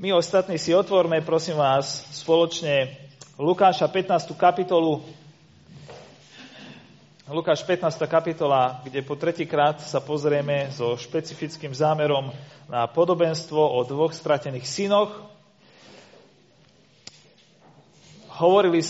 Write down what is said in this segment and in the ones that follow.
My ostatní si otvorme, prosím vás, spoločne Lukáša 15. kapitolu. Lukáš 15. kapitola, kde po tretíkrát sa pozrieme so špecifickým zámerom na podobenstvo o dvoch stratených synoch. Hovoril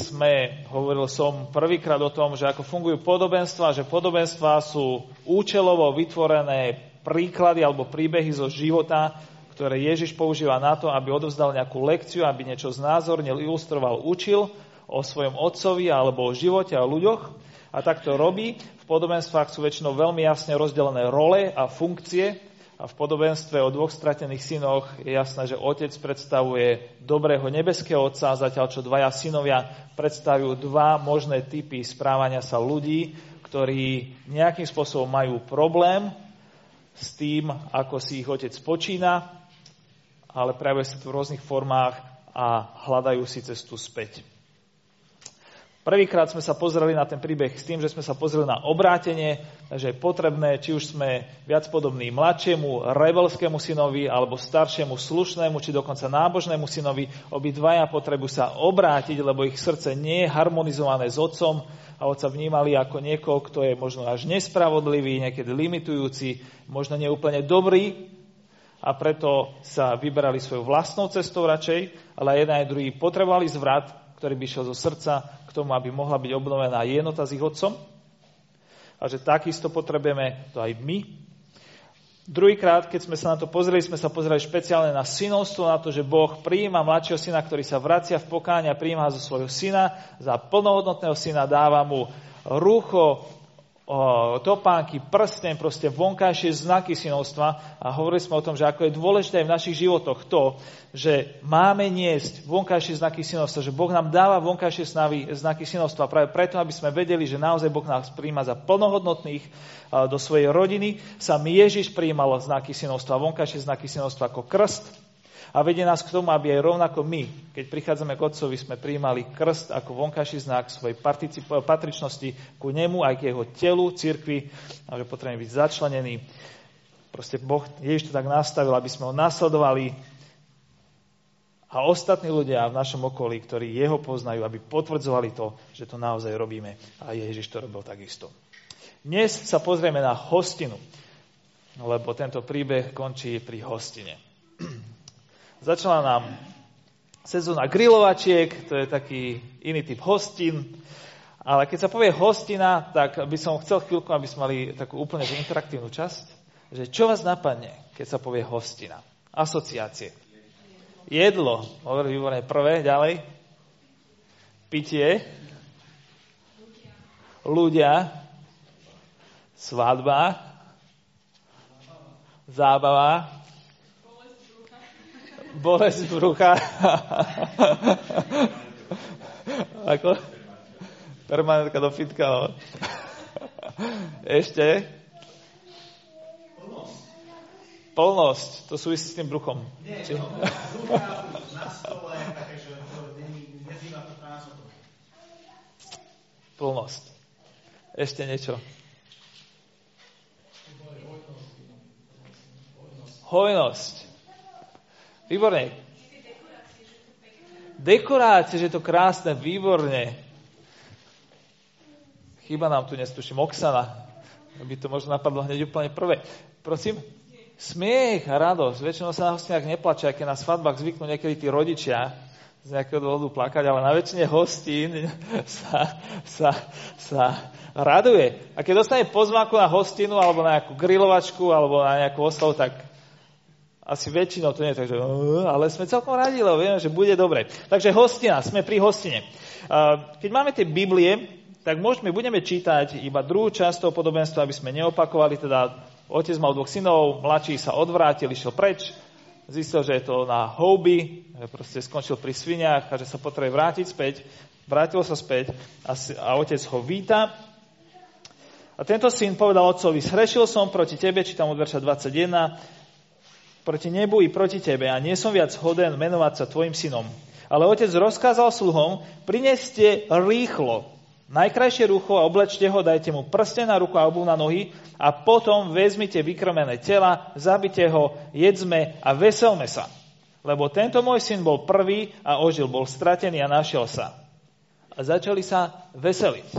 som prvýkrát o tom, že ako fungujú podobenstvá, že podobenstvá sú účelovo vytvorené príklady alebo príbehy zo života, ktoré Ježiš používa na to, aby odovzdal nejakú lekciu, aby niečo znázornil, ilustroval, učil o svojom otcovi alebo o živote a o ľuďoch. A tak to robí. V podobenstvách sú väčšinou veľmi jasne rozdelené role a funkcie. A v podobenstve o dvoch stratených synoch je jasné, že otec predstavuje dobrého nebeského otca, zatiaľ čo dvaja synovia predstavujú dva možné typy správania sa ľudí, ktorí nejakým spôsobom majú problém s tým, ako si ich otec počína, ale prejavuje sa to v rôznych formách a hľadajú si cestu späť. Prvýkrát sme sa pozreli na ten príbeh s tým, že sme sa pozreli na obrátenie, že je potrebné, či už sme viac podobní mladšiemu, rebelskému synovi, alebo staršiemu, slušnému, či dokonca nábožnému synovi, obidvaja potrebujú sa obrátiť, lebo ich srdce nie je harmonizované s otcom a otca vnímali ako niekoho, kto je možno až nespravodlivý, niekedy limitujúci, možno neúplne dobrý, a preto sa vyberali svojou vlastnou cestou radšej, ale jeden aj druhý potrebovali zvrat, ktorý by šiel zo srdca k tomu, aby mohla byť obnovená jednota s ich otcom. A že takisto potrebujeme to aj my. Druhýkrát, keď sme sa na to pozreli, sme sa pozreli špeciálne na synovstvo, na to, že Boh prijíma mladšieho syna, ktorý sa vracia v pokáni a prijíma zo svojho syna. Za plnohodnotného syna dáva mu rúcho, topánky, prsteň, proste vonkajšie znaky synovstva. A hovorili sme o tom, že ako je dôležité v našich životoch to, že máme niesť vonkajšie znaky synovstva, že Boh nám dáva vonkajšie znaky synovstva práve preto, aby sme vedeli, že naozaj Boh nás prijíma za plnohodnotných do svojej rodiny. Sám Ježiš prijímal znaky synovstva, vonkajšie znaky synovstva ako krst. A vedie nás k tomu, aby aj rovnako my, keď prichádzame k Otcovi, sme prijímali krst ako vonkajší znak svojej patričnosti ku nemu, aj k jeho telu, cirkvi, a že potrebujeme byť začlenení. Proste Boh, Ježiš to tak nastavil, aby sme ho nasledovali a ostatní ľudia v našom okolí, ktorí jeho poznajú, aby potvrdzovali to, že to naozaj robíme. A Ježiš to robil takisto. Dnes sa pozrieme na hostinu, lebo tento príbeh končí pri hostine. Začala nám sezóna grilovačiek, to je taký iný typ hostín, ale keď sa povie hostina, tak by som chcel chvíľku, aby sme mali takú úplne interaktívnu časť, že čo vás napadne, keď sa povie hostina? Asociácie. Jedlo, hovorí výborné prvé, ďalej. Pitie. Ľudia. Svadba. Zábava. Bolesť brucha. Ako? Permanentka do fitka. No. Ešte? Plnosť. To súvisí s tým bruchom. Nie, brucha na stole, takže nezýva to prázdnotu. Plnosť. Ešte niečo. Hojnosť. Výborne. Dekorácie, že je to krásne, výborne. Chýba nám tu, nestuším, Oksana. By to možno napadlo hneď úplne prvé. Prosím? Smiech a radosť. Väčšinou sa na hostinách neplače, aj keď na svadbách zvyknú niekedy tí rodičia z nejakého dôvodu plakať, ale na väčšine hostín sa raduje. A keď dostane pozvánku na hostinu, alebo na nejakú grilovačku, alebo na nejakú oslavu, tak asi väčšinou to nie je tak, že ale sme celkom radi, lebo vieme, že bude dobre. Takže hostina, sme pri hostine. Keď máme tie Biblie, tak budeme čítať iba druhú časť toho podobenstva, aby sme neopakovali. Teda otec mal dvoch synov, mladší sa odvrátil, išiel preč, zistil, že je to na houby, že proste skončil pri sviniach a že sa potrebuje vrátiť späť. Vrátil sa späť a otec ho víta. A tento syn povedal otcovi: zhrešil som proti tebe, čítam od verša 21, proti nebu i proti tebe a nie som viac hoden menovať sa tvojim synom. Ale otec rozkázal sluhom: prineste rýchlo najkrajšie rúcho a oblečte ho, dajte mu prsteň na ruku a obuv na nohy a potom vezmite vykrmené tela, zabite ho, jedzme a veselme sa. Lebo tento môj syn bol prvý a ožil, bol stratený a našiel sa. A začali sa veseliť.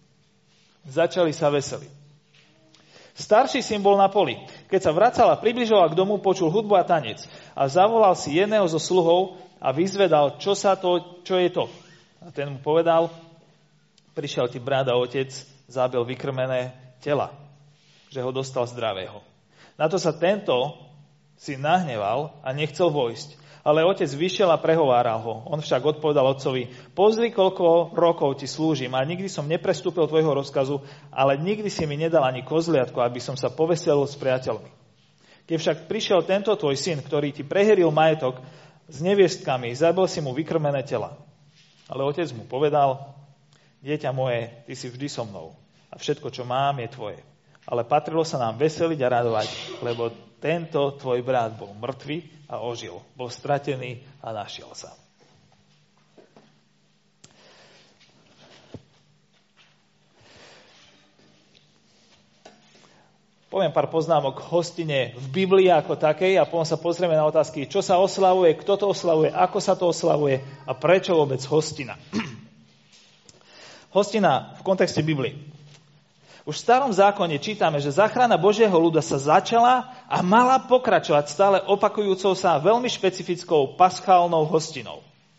Starší syn bol na poli. Keď sa vracal a približoval k domu, počul hudbu a tanec. A zavolal si jedného zo sluhov a vyzvedal, čo je to. A ten mu povedal, prišiel ti brat a otec, zabil vykrmené tela, že ho dostal zdravého. Na to sa tento syn nahneval a nechcel vojsť. Ale otec vyšiel a prehováral ho. On však odpovedal otcovi, pozri, koľko rokov ti slúžim a nikdy som neprestúpil tvojho rozkazu, ale nikdy si mi nedal ani kozliatko, aby som sa poveselil s priateľmi. Keď však prišiel tento tvoj syn, ktorý ti preheril majetok s neviestkami, zabil si mu vykrmené tela. Ale otec mu povedal, dieťa moje, ty si vždy so mnou a všetko, čo mám, je tvoje. Ale patrilo sa nám veseliť a radovať, lebo tento tvoj brat bol mŕtvy a ožil. Bol stratený a našiel sa. Poviem pár poznámok k hostine v Biblii ako takej a potom sa pozrieme na otázky, čo sa oslavuje, kto to oslavuje, ako sa to oslavuje a prečo vôbec hostina. Hostina v kontexte Biblie. Už v starom zákone čítame, že záchrana Božieho ľuda sa začala a mala pokračovať stále opakujúcou sa veľmi špecifickou paschálnou hostinou.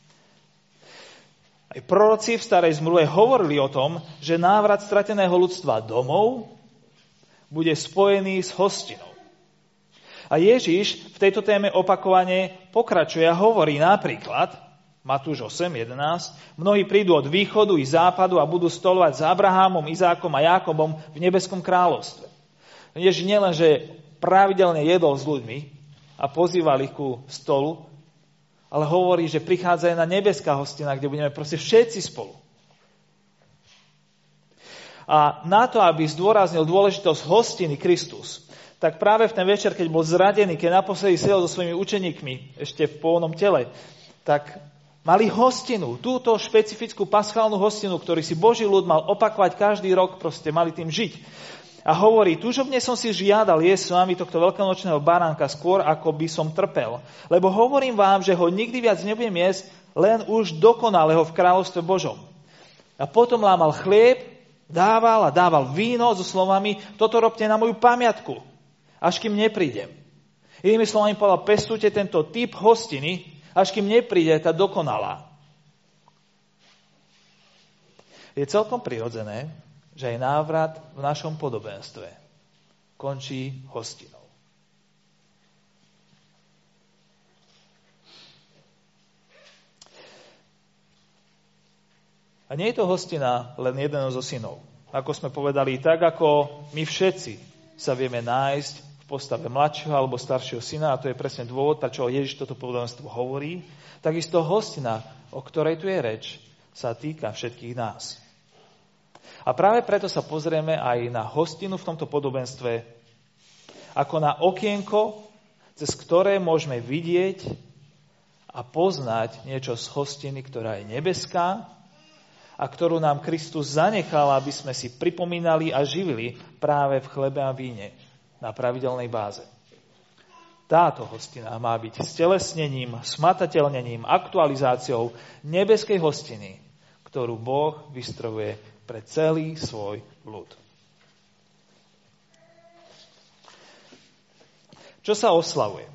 Aj proroci v starej zmluve hovorili o tom, že návrat strateného ľudstva domov bude spojený s hostinou. A Ježiš v tejto téme opakovane pokračuje a hovorí napríklad, Matúš 8:11, mnohí prídu od východu i západu a budú stolovať s Abrahámom, Izákom a Jákobom v nebeskom kráľovstve. Ježiš nielen, že pravidelne jedol s ľuďmi a pozýval ich ku stolu, ale hovorí, že prichádza aj na nebeská hostina, kde budeme proste všetci spolu. A na to, aby zdôraznil dôležitosť hostiny Kristus, tak práve v ten večer, keď bol zradený, keď naposledy sedel so svojimi učeníkmi ešte v pôvodnom tele, tak mali hostinu, túto špecifickú paschálnu hostinu, ktorý si Boží ľud mal opakovať každý rok, proste mali tým žiť. A hovorí, túžobne som si žiadal jesť s vami tohto veľkonočného baránka skôr, ako by som trpel. Lebo hovorím vám, že ho nikdy viac nebudem jesť, len už dokonalého v kráľovstve Božom. A potom lámal chlieb, dával víno so slovami, toto robte na moju pamiatku, až kým neprídem. Inými slovami povedal, pestujte tento typ hostiny, až kým nepríde tá dokonalá. Je celkom prirodzené, že aj návrat v našom podobenstve končí hostinou. A nie je to hostina len jedného zo synov. Ako sme povedali, tak ako my všetci sa vieme nájsť v postave mladšieho alebo staršieho syna, a to je presne dôvod, prečo Ježiš toto podobenstvo hovorí, takisto hostina, o ktorej tu je reč, sa týka všetkých nás. A práve preto sa pozrieme aj na hostinu v tomto podobenstve ako na okienko, cez ktoré môžeme vidieť a poznať niečo z hostiny, ktorá je nebeská a ktorú nám Kristus zanechal, aby sme si pripomínali a živili práve v chlebe a víne na pravidelnej báze. Táto hostina má byť stelesnením, smatateľnením, aktualizáciou nebeskej hostiny, ktorú Boh vystrojuje pre celý svoj ľud. Čo sa oslavuje?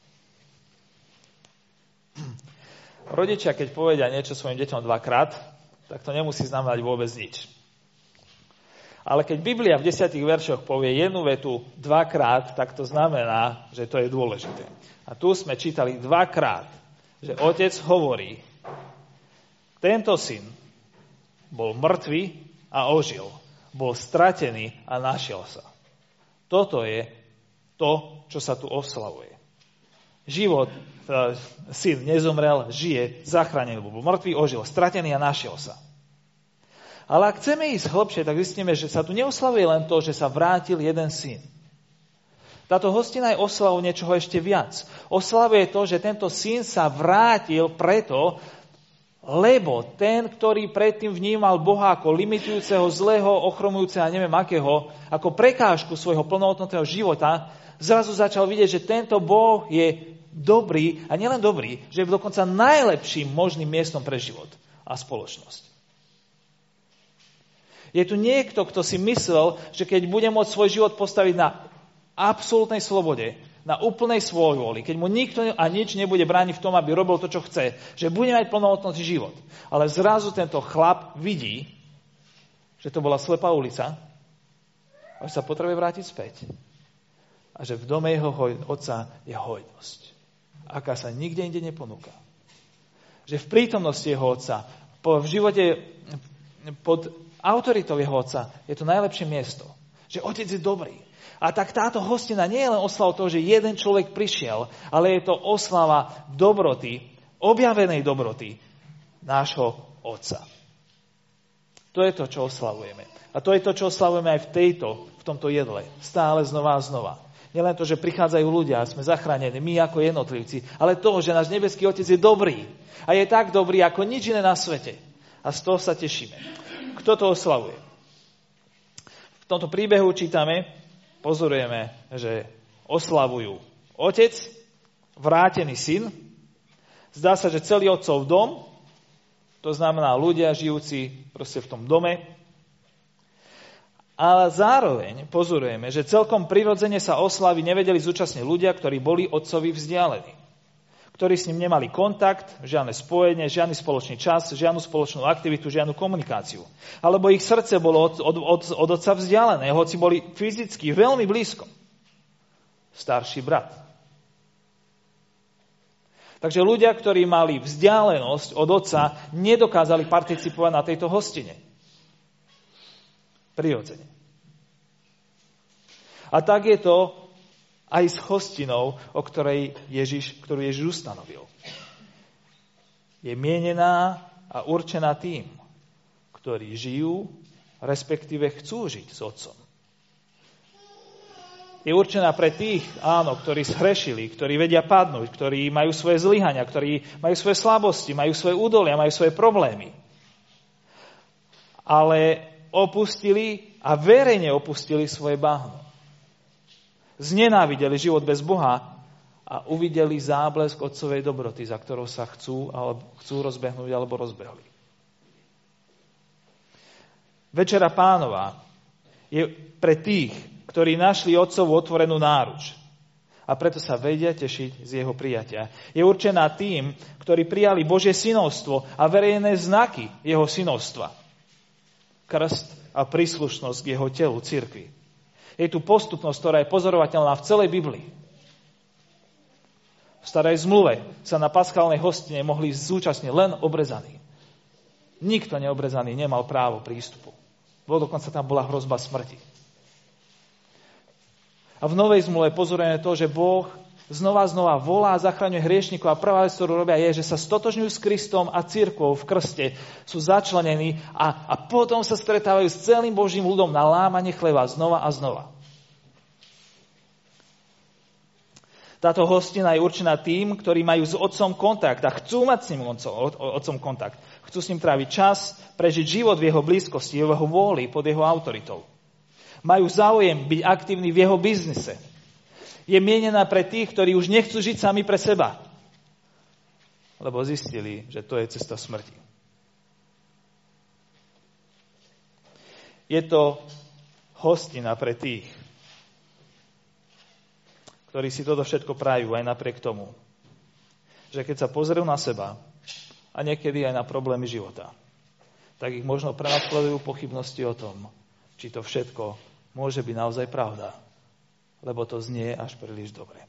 Rodičia, keď povedia niečo svojim deťom dvakrát, tak to nemusí znamenať vôbec nič. Ale keď Biblia v 10 veršoch povie jednu vetu dvakrát, tak to znamená, že to je dôležité. A tu sme čítali dvakrát, že otec hovorí, tento syn bol mŕtvý a ožil. Bol stratený a našiel sa. Toto je to, čo sa tu oslavuje. Život, syn nezomrel, žije, zachránený, bol mŕtvý, ožil, stratený a našiel sa. Ale ak chceme ísť hlbšie, tak zistíme, že sa tu neoslavuje len to, že sa vrátil jeden syn. Táto hostina je oslavu niečoho ešte viac. Oslavuje to, že tento syn sa vrátil preto, lebo ten, ktorý predtým vnímal Boha ako limitujúceho, zlého, ochromujúceho a neviem akého, ako prekážku svojho plnohodnotného života, zrazu začal vidieť, že tento Boh je dobrý, a nielen dobrý, že je dokonca najlepším možným miestom pre život a spoločnosť. Je tu niekto, kto si myslel, že keď bude môcť svoj život postaviť na absolútnej slobode, na úplnej svojvôli, keď mu nikto a nič nebude brániť v tom, aby robil to, čo chce, že bude mať plnohodnotný život. Ale zrazu tento chlap vidí, že to bola slepá ulica a že sa potrebuje vrátiť späť. A že v dome jeho otca je hojnosť, aká sa nikde inde neponúka. Že v prítomnosti jeho otca, v živote pod autoritou jeho otca je to najlepšie miesto. Že otec je dobrý. A tak táto hostina nie je len oslava toho, že jeden človek prišiel, ale je to oslava dobroty, objavenej dobroty nášho otca. To je to, čo oslavujeme. A to je to, čo oslavujeme aj v tomto jedle. Stále znova a znova. Nielen to, že prichádzajú ľudia a sme zachránení, my ako jednotlivci, ale to, že náš nebeský otec je dobrý. A je tak dobrý, ako nič iné na svete. A z toho sa tešíme. Kto to oslavuje? V tomto príbehu čítame, pozorujeme, že oslavujú otec, vrátený syn. Zdá sa, že celý otcov dom, to znamená ľudia žijúci proste v tom dome. Ale zároveň pozorujeme, že celkom prirodzene sa oslavy nevedeli zúčastniť ľudia, ktorí boli otcovi vzdialení. Ktorí s ním nemali kontakt, žiadne spojenie, žiadny spoločný čas, žiadnu spoločnú aktivitu, žiadnu komunikáciu. Alebo ich srdce bolo od otca vzdialené, hoci boli fyzicky veľmi blízko. Starší brat. Takže ľudia, ktorí mali vzdialenosť od otca, nedokázali participovať na tejto hostine. Prirodzene. A tak je to aj s hostinou, ktorú Ježiš ustanovil. Je mienená a určená tým, ktorí žijú, respektíve chcú žiť s otcom. Je určená pre tých, áno, ktorí zhrešili, ktorí vedia padnúť, ktorí majú svoje zlyhania, ktorí majú svoje slabosti, majú svoje údolia, majú svoje problémy. Ale opustili a verejne opustili svoje bahno. Znenávideli život bez Boha a uvideli záblesk otcovej dobroty, za ktorou sa chcú rozbehnúť alebo rozbehli. Večera Pánova je pre tých, ktorí našli otcovú otvorenú náruč a preto sa vedia tešiť z jeho prijatia. Je určená tým, ktorí prijali Božie synovstvo a verejné znaky jeho synovstva. Krst a príslušnosť k jeho telu, cirkvi. Je tu postupnosť, ktorá je pozorovateľná v celej Biblii. V starej zmluve sa na paschálnej hostine mohli zúčastniť len obrezaní. Nikto neobrezaný nemal právo prístupu. Dokonca tam bola hrozba smrti. A v novej zmluve pozorujeme to, že Boh znova volá a zachraňuje hriešnikov a prvá vec, ktorú robia, je, že sa stotožňujú s Kristom a cirkvou v krste, sú začlenení a potom sa stretávajú s celým Božím ľudom na lámanie chleba znova a znova. Táto hostina je určená tým, ktorí majú s otcom kontakt a chcú mať s ním otcom kontakt. Chcú s ním tráviť čas, prežiť život v jeho blízkosti, v jeho vôli, pod jeho autoritou. Majú záujem byť aktívni v jeho biznise. Je mienená pre tých, ktorí už nechcú žiť sami pre seba. Lebo zistili, že to je cesta smrti. Je to hostina pre tých, ktorí si toto všetko prajú aj napriek tomu, že keď sa pozrú na seba a niekedy aj na problémy života, tak ich možno prenasledujú pochybnosti o tom, či to všetko môže byť naozaj pravda. Lebo to znie až príliš dobre.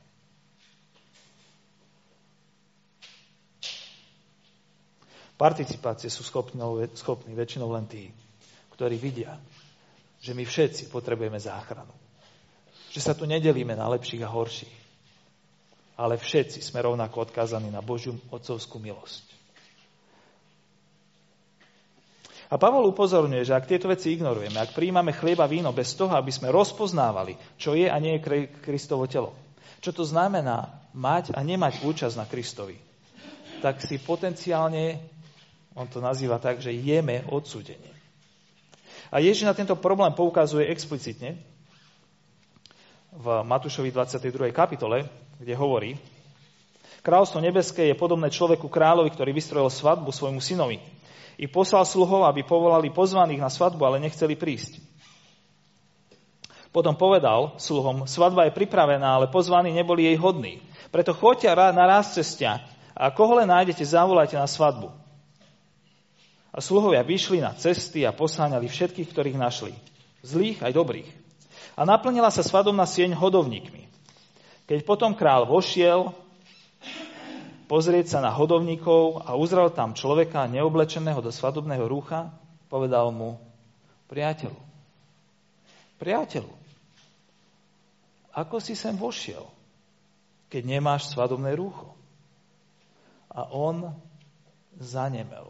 Participácie sú schopní väčšinou len tí, ktorí vidia, že my všetci potrebujeme záchranu. Že sa tu nedelíme na lepších a horších, ale všetci sme rovnako odkázaní na Božiu otcovskú milosť. A Pavol upozorňuje, že ak tieto veci ignorujeme, ak prijímame chlieb a víno bez toho, aby sme rozpoznávali, čo je a nie je Kristovo telo, čo to znamená mať a nemať účasť na Kristovi, tak si potenciálne, on to nazýva tak, že jeme odsúdenie. A Ježiš na tento problém poukazuje explicitne v Matúšovi 22. kapitole, kde hovorí, Kráľovstvo nebeské je podobné človeku kráľovi, ktorý vystrojil svadbu svojmu synovi. I poslal sluhov, aby povolali pozvaných na svadbu, ale nechceli prísť. Potom povedal sluhom, svadba je pripravená, ale pozvaní neboli jej hodní. Preto choďte na ráz cestia a koho len nájdete, zavolajte na svadbu. A sluhovia vyšli na cesty a posáňali všetkých, ktorých našli. Zlých aj dobrých. A naplnila sa svadobná sieň hodovníkmi. Keď potom kráľ vošiel pozrieť sa na hodovníkov a uzrel tam človeka neoblečeného do svadobného rúcha, povedal mu, priateľu, ako si sem vošiel, keď nemáš svadobné rúcho? A on zanemel.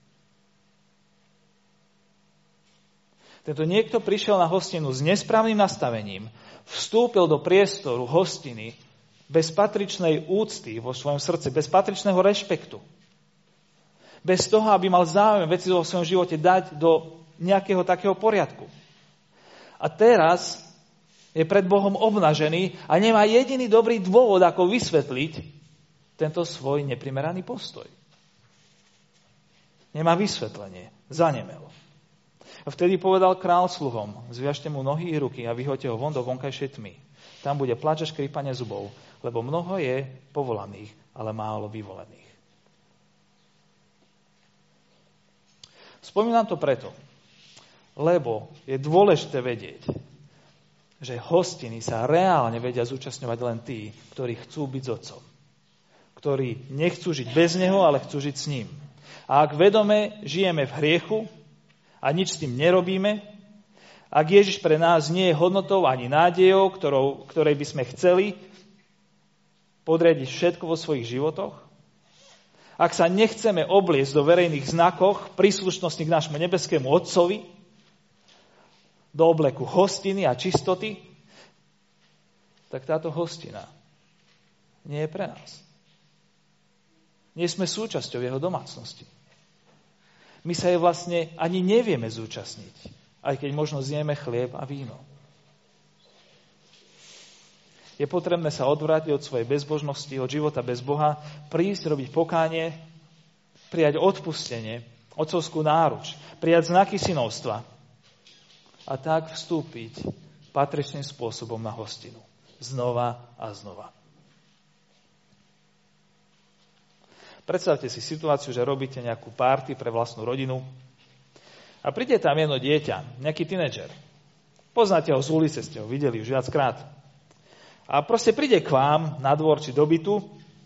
Tento niekto prišiel na hostinu s nesprávnym nastavením, vstúpil do priestoru hostiny bez patričnej úcty vo svojom srdci, bez patričného rešpektu. Bez toho, aby mal záujem veci vo svojom živote dať do nejakého takého poriadku. A teraz je pred Bohom obnažený a nemá jediný dobrý dôvod, ako vysvetliť tento svoj neprimeraný postoj. Nemá vysvetlenie. Zanemel. A vtedy povedal kráľ sluhom, zviažte mu nohy i ruky a vyhoďte ho von do vonkajšej tmy. Tam bude pláč a škrípanie zubov, lebo mnoho je povolaných, ale málo vyvolených. Spomínam to preto, lebo je dôležité vedieť, že hostiny sa reálne vedia zúčastňovať len tí, ktorí chcú byť s otcom. Ktorí nechcú žiť bez neho, ale chcú žiť s ním. A ak vedome žijeme v hriechu, a nič s tým nerobíme, ak Ježiš pre nás nie je hodnotou ani nádejou, ktorej by sme chceli podriadiť všetko vo svojich životoch, ak sa nechceme obliecť do verejných znakoch príslušnosti k nášmu nebeskému Otcovi, do obleku hostiny a čistoty, tak táto hostina nie je pre nás. Nie sme súčasťou jeho domácnosti. My sa jej vlastne ani nevieme zúčastniť, aj keď možno zjeme chlieb a víno. Je potrebné sa odvrátiť od svojej bezbožnosti, od života bez Boha, prísť, robiť pokánie, prijať odpustenie, otcovskú náruč, prijať znaky synovstva a tak vstúpiť patričným spôsobom na hostinu. Znova a znova. Predstavte si situáciu, že robíte nejakú party pre vlastnú rodinu a príde tam jedno dieťa, nejaký tínedžer. Poznáte ho z ulice, ste ho videli už viackrát. A proste príde k vám na dvor či do bytu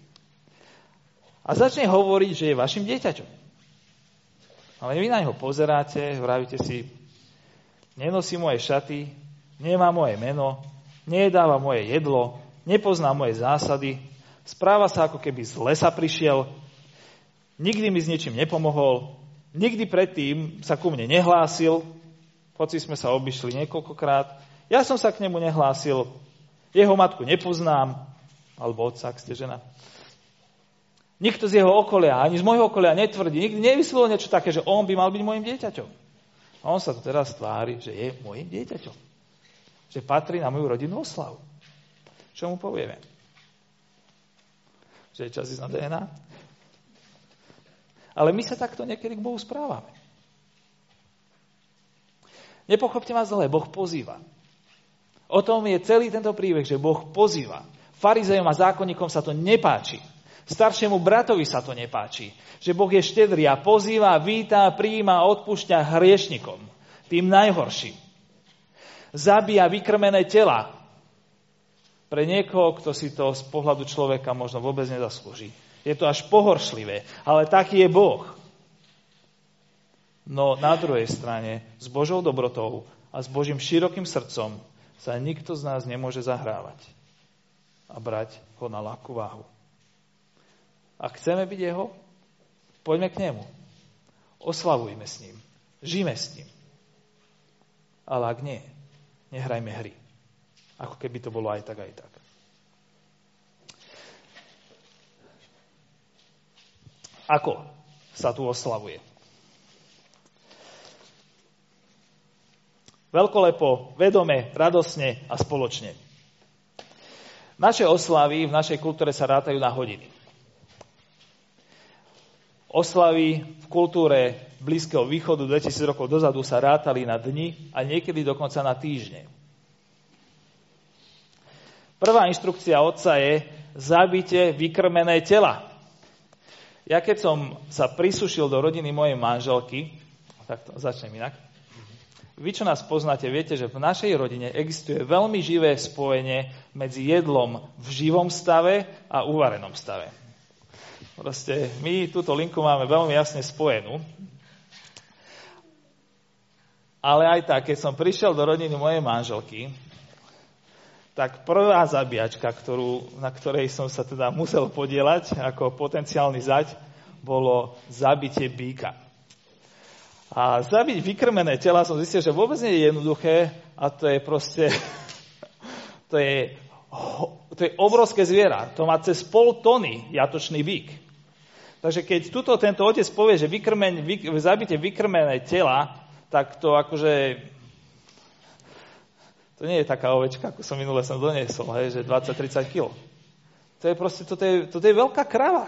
a začne hovoriť, že je vašim dieťaťom. Ale vy na neho pozeráte, vravíte si, nenosí moje šaty, nemá moje meno, nejedáva moje jedlo, nepozná moje zásady, správa sa, ako keby z lesa prišiel, nikdy mi s ničím nepomohol, nikdy predtým sa ku mne nehlásil, hoci sme sa obišli niekoľkokrát, ja som sa k nemu nehlásil, jeho matku nepoznám, alebo otca, ak ste žena. Nikto z jeho okolia, ani z môjho okolia netvrdí, nikdy nevyslovil niečo také, že on by mal byť môjim dieťaťom. A on sa to teraz tvári, že je môjim dieťaťom. Že patrí na moju rodinnú oslavu. Čo mu povieme? Že je čas ísť na DNA? Ale my sa takto niekedy k Bohu správame. Nepochopte ma zle, Boh pozýva. O tom je celý tento príbeh, že Boh pozýva. Farizejom a zákonníkom sa to nepáči. Staršiemu bratovi sa to nepáči. Že Boh je štedrý a pozýva, víta, prijíma a odpúšťa hriešnikom. Tým najhorším. Zabíja vykrmené tela. Pre niekoho, kto si to z pohľadu človeka možno vôbec nezaslúži. Je to až pohoršlivé, ale taký je Boh. No na druhej strane, s Božou dobrotou a s Božím širokým srdcom sa nikto z nás nemôže zahrávať a brať ho na ľahkú váhu. Ak chceme byť jeho, poďme k nemu. Oslavujme s ním. Žijme s ním. Ale ak nie, nehrajme hry. Ako keby to bolo aj tak, aj tak. Ako sa tu oslavuje? Veľkolepo, vedome, radosne a spoločne. Naše oslavy v našej kultúre sa rátajú na hodiny. Oslavy v kultúre Blízkeho východu 2000 rokov dozadu sa rátali na dni a niekedy dokonca na týždne. Prvá inštrukcia otca je zabite vykrmené tela. Ja keď som sa prisúšil do rodiny mojej manželky, tak to začnem inak. Vy, čo nás poznáte, viete, že v našej rodine existuje veľmi živé spojenie medzi jedlom v živom stave a uvarenom stave. Proste my túto linku máme veľmi jasne spojenú. Ale aj tak, keď som prišiel do rodiny mojej manželky, tak prvá zabíjačka, na ktorej som sa teda musel podieľať ako potenciálny zať, bolo zabitie býka. A zabiť vykrmené tela som zistil, že vôbec nie je jednoduché a to je proste, to je obrovské zviera. To má cez 0,5 tony jatočný býk. Takže keď tento otec povie, že zabite vykrmené tela, tak to akože, to nie je taká ovečka, ako som minule doniesol, že 20-30 kg. To je proste, toto je veľká krava.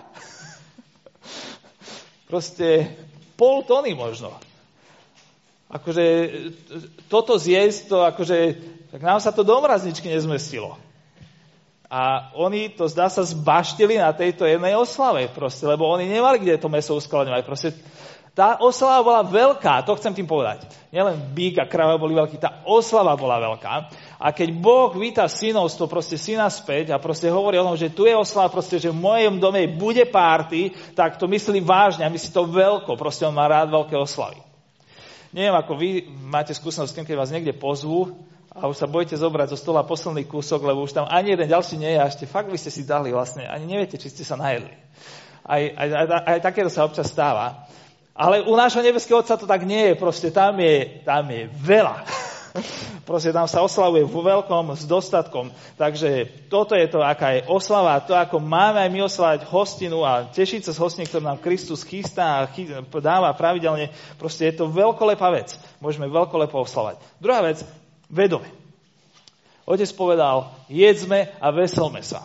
Proste 0,5 tony možno. Akože toto zjesť, to akože, tak nám sa to do mrazničky nezmestilo. A oni to zdá sa zbaštili na tejto jednej oslave proste, lebo oni nemali kde to mäso uskladňovať. Proste tá oslava bola veľká, to chcem tým povedať. Nielen býk a krava boli veľký, tá oslava bola veľká. A keď Boh víta synovstvo, proste syna späť a proste hovorí o tom, že tu je oslava, proste, že v mojom dome bude párty, tak to myslí vážne a myslí to veľko. Proste on má rád veľké oslavy. Neviem, ako vy máte skúsenosť s tým, keď vás niekde pozvú a už sa bojíte zobrať zo stola posledný kúsok, lebo už tam ani jeden ďalší nie je a ešte fakt by ste si dali vlastne, ani neviete, či ste sa najedli. Aj takéto sa občas stáva. Ale u nášho nebeského Otca to tak nie je, proste tam je veľa. Proste tam sa oslavuje vo veľkom s dostatkom. Takže toto je to, aká je oslava, to ako máme aj my oslavať hostinu a tešiť sa z hostiny, ktorú nám Kristus chystá a dáva pravidelne. Proste je to veľkolepá vec. Môžeme veľkolepo oslavať. Druhá vec, vedome. Otec povedal, jedzme a veselme sa.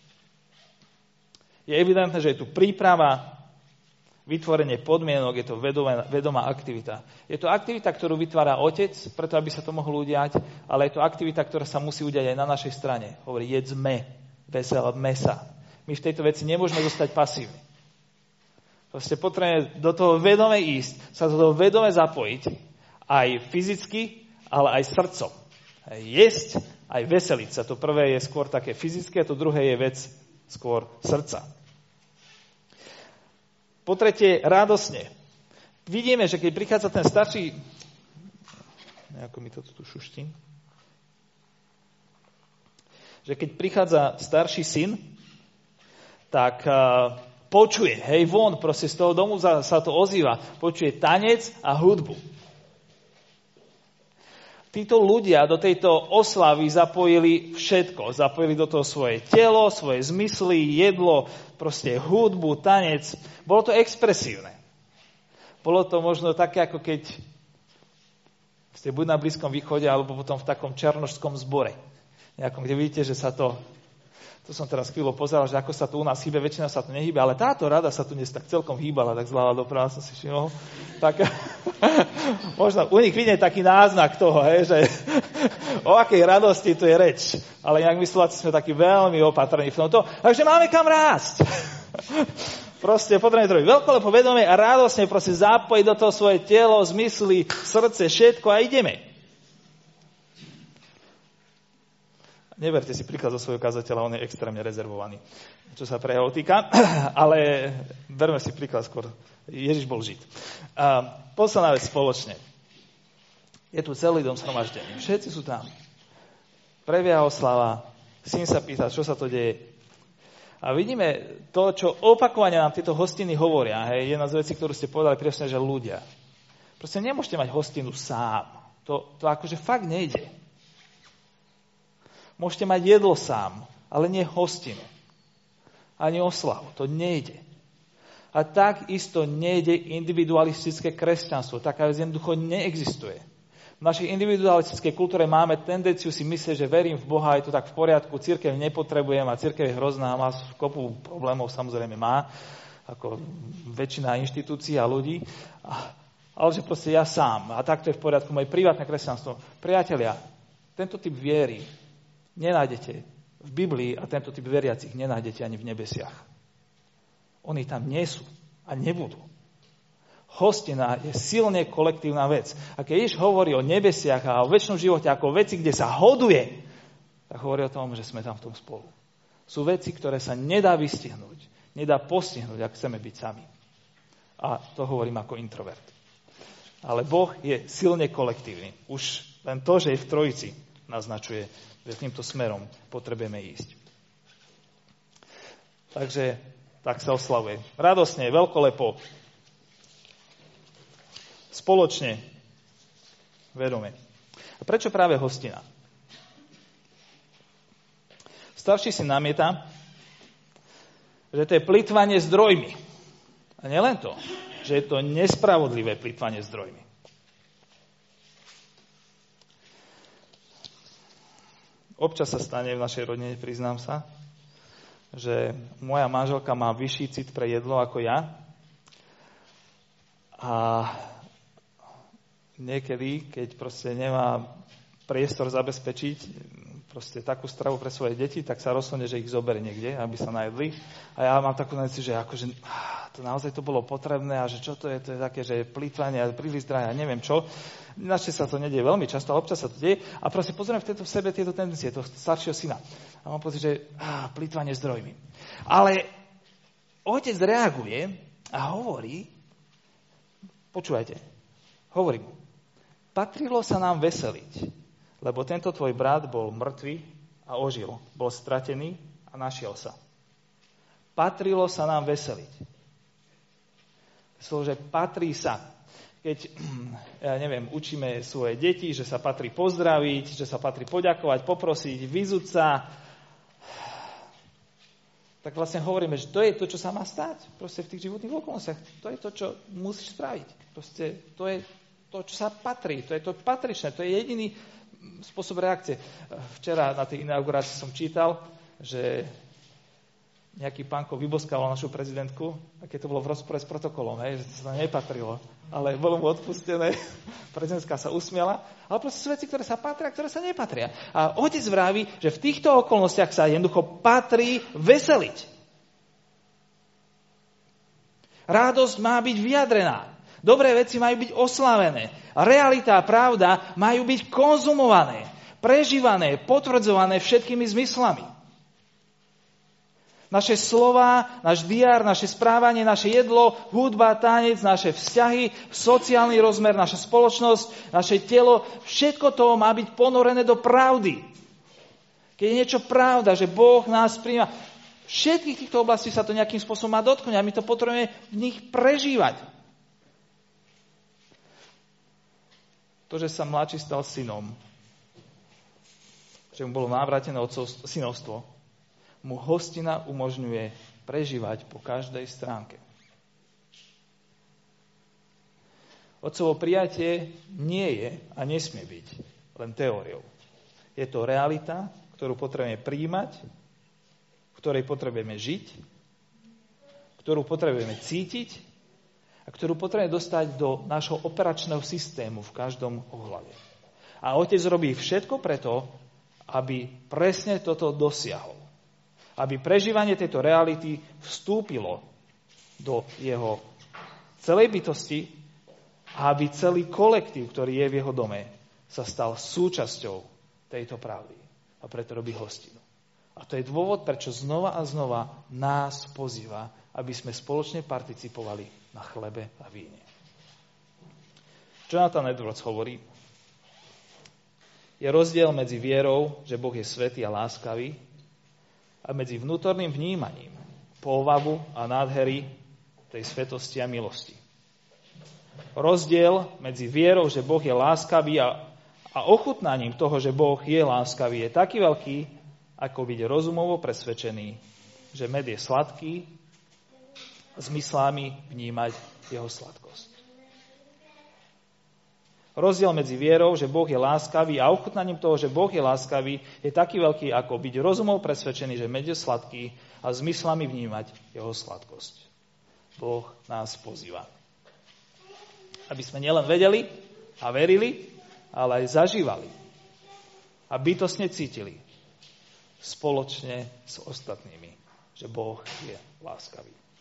Je evidentné, že je tu príprava, vytvorenie podmienok, je to vedomá aktivita. Je to aktivita, ktorú vytvára otec, preto aby sa to mohlo udiať, ale je to aktivita, ktorá sa musí udiať aj na našej strane. Hovorí, jedzme, veselme sa. My v tejto veci nemôžeme zostať pasívni. Proste potrebujeme do toho vedome ísť, sa do toho vedome zapojiť, aj fyzicky, ale aj srdcom. Jesť, aj veseliť sa. To prvé je skôr také fyzické, to druhé je vec skôr srdca. Po tretie, radosne. Vidíme, že keď prichádza ten starší... Nejako mi to tu šuští. Že keď prichádza starší syn, tak počuje, von, proste z toho domu sa to ozýva. Počuje tanec a hudbu. Títo ľudia do tejto oslavy zapojili všetko. Zapojili do toho svoje telo, svoje zmysly, jedlo, proste hudbu, tanec. Bolo to expresívne. Bolo to možno také, ako keď ste buď na Blízkom východe, alebo potom v takom černošskom zbore. Nejakom, kde vidíte, že sa to som teraz chvíľu pozeral, že ako sa to u nás hýbe, väčšina sa to nehýbe, ale táto rada sa tu dnes tak celkom hýbala, tak zľava doprava som si všimol. Tak možno u nich vidieť taký náznak toho, že o akej radosti tu je reč. Ale inak my Slováci sme takí veľmi opatrní v tomto, takže máme kam rásť. Proste potrebujeme to robiť veľkolepo, vedomie a radosne proste zapojiť do toho svoje telo, zmysly, srdce, všetko a ideme. Neberte si príklad zo svojho kazateľa, on je extrémne rezervovaný, čo sa pre jeho týka, ale berme si príklad skôr. Ježiš bol Žid. Posledná vec spoločne. Je tu celý dom zhromaždení. Všetci sú tam. Prebieha oslava, syn sa pýta, čo sa to deje. A vidíme to, čo opakovane nám tieto hostiny hovoria. Jedna z vecí, ktorú ste povedali presne, že ľudia. Proste nemôžete mať hostinu sám. To akože fakt nejde. Môžete mať jedlo sám, ale nie hostinu. Ani oslavu. To nejde. A takisto nejde individualistické kresťanstvo. Taká vec jednoducho neexistuje. V našej individualistickej kultúre máme tendenciu si myslieť, že verím v Boha, je to tak v poriadku, cirkev nepotrebujem a cirkev je hrozná, má kopu problémov, samozrejme má. ako väčšina inštitúcií a ľudí, ale že proste ja sám. A takto je v poriadku moje privátne kresťanstvo. Priatelia, tento typ viery nenájdete v Biblii a tento typ veriacich nenájdete ani v nebesiach. Oni tam nie sú a nebudú. Hostina je silne kolektívna vec. A keď Ježiš hovorí o nebesiach a o večnom živote ako o veci, kde sa hoduje, tak hovorí o tom, že sme tam v tom spolu. Sú veci, ktoré sa nedá vystihnúť, nedá postihnúť, ak chceme byť sami. A to hovorím ako introvert. Ale Boh je silne kolektívny. Už len to, že je v Trojici, naznačuje, že týmto smerom potrebujeme ísť. Takže tak sa oslavuje. Radosne, veľkolepo, spoločne, vedome. A prečo práve hostina? Starší si namieta, že to je plytvanie zdrojmi. A nielen to, že je to nespravodlivé plytvanie zdrojmi. Občas sa stane v našej rodine, priznám sa, že moja manželka má vyšší cit pre jedlo ako ja. A niekedy, keď proste nemá priestor zabezpečiť proste takú stravu pre svoje deti, tak sa rozhodne, že ich zoberie niekde, aby sa najedli. A ja mám takú tendenciu, že akože to naozaj to bolo potrebné a že čo to je také, že plýtvanie a príliš zdraje a neviem čo. Našťastie sa to nedieje veľmi často, ale občas sa to deje. A proste pozrieme v sebe tieto tendencie, toho staršieho syna. A mám pocit, že plýtvanie zdrojmi. Ale otec reaguje a hovorí, počúvajte, hovorí mu, patrilo sa nám veseliť, lebo tento tvoj brat bol mŕtvý a ožil. Bol stratený a našiel sa. Patrilo sa nám veseliť. Slovo, že patrí sa. Keď, ja neviem, učíme svoje deti, že sa patrí pozdraviť, že sa patrí poďakovať, poprosiť, vyzuť sa, tak vlastne hovoríme, že to je to, čo sa má stať. Proste v tých životných okolnostiach. To je to, čo musíš spraviť. Proste to je to, čo sa patrí. To je to patričné. To je jediný spôsob reakcie. Včera na tej inaugurácii som čítal, že nejaký pánko vyboskal našu prezidentku, a keď to bolo v rozpore s protokolom, že to sa nepatrilo. Ale bolo mu odpustené, prezidentka sa usmiala, ale proste sú veci, ktoré sa patria, ktoré sa nepatria. A otec vraví, že v týchto okolnostiach sa jednoducho patrí veseliť. Radosť má byť vyjadrená. Dobré veci majú byť oslavené. Realita a pravda majú byť konzumované, prežívané, potvrdzované všetkými zmyslami. Naše slová, náš diár, naše správanie, naše jedlo, hudba, tanec, naše vzťahy, sociálny rozmer, naša spoločnosť, naše telo, všetko to má byť ponorené do pravdy. Keď je niečo pravda, že Boh nás prijíma, všetkých týchto oblastí sa to nejakým spôsobom má dotknúť a my to potrebujeme v nich prežívať. To, že sa mladší stal synom, že mu bolo návratené synovstvo, mu hostina umožňuje prežívať po každej stránke. Otcovo prijatie nie je a nesmie byť len teóriou. Je to realita, ktorú potrebujeme prijímať, v ktorej potrebujeme žiť, ktorú potrebujeme cítiť, a ktorú potrebujeme dostať do nášho operačného systému v každom ohľade. A otec robí všetko preto, aby presne toto dosiahol. Aby prežívanie tejto reality vstúpilo do jeho celej bytosti a aby celý kolektív, ktorý je v jeho dome, sa stal súčasťou tejto pravdy. A preto robí hostinu. A to je dôvod, prečo znova a znova nás pozýva, aby sme spoločne participovali na chlebe a víne. Jonathan Edwards hovorí, je rozdiel medzi vierou, že Boh je svätý a láskavý, a medzi vnútorným vnímaním pôvabu a nádhery tej svetosti a milosti. Rozdiel medzi vierou, že Boh je láskavý a ochutnaním toho, že Boh je láskavý, je taký veľký, ako byť rozumovo presvedčený, že med je sladký, zmyslami vnímať jeho sladkosť. Rozdiel medzi vierou, že Boh je láskavý a ochutnaním toho, že Boh je láskavý, je taký veľký, ako byť rozumom presvedčený, že med je sladký a zmyslami vnímať jeho sladkosť. Boh nás pozýva. Aby sme nielen vedeli a verili, ale aj zažívali. A bytostne cítili spoločne s ostatnými, že Boh je láskavý.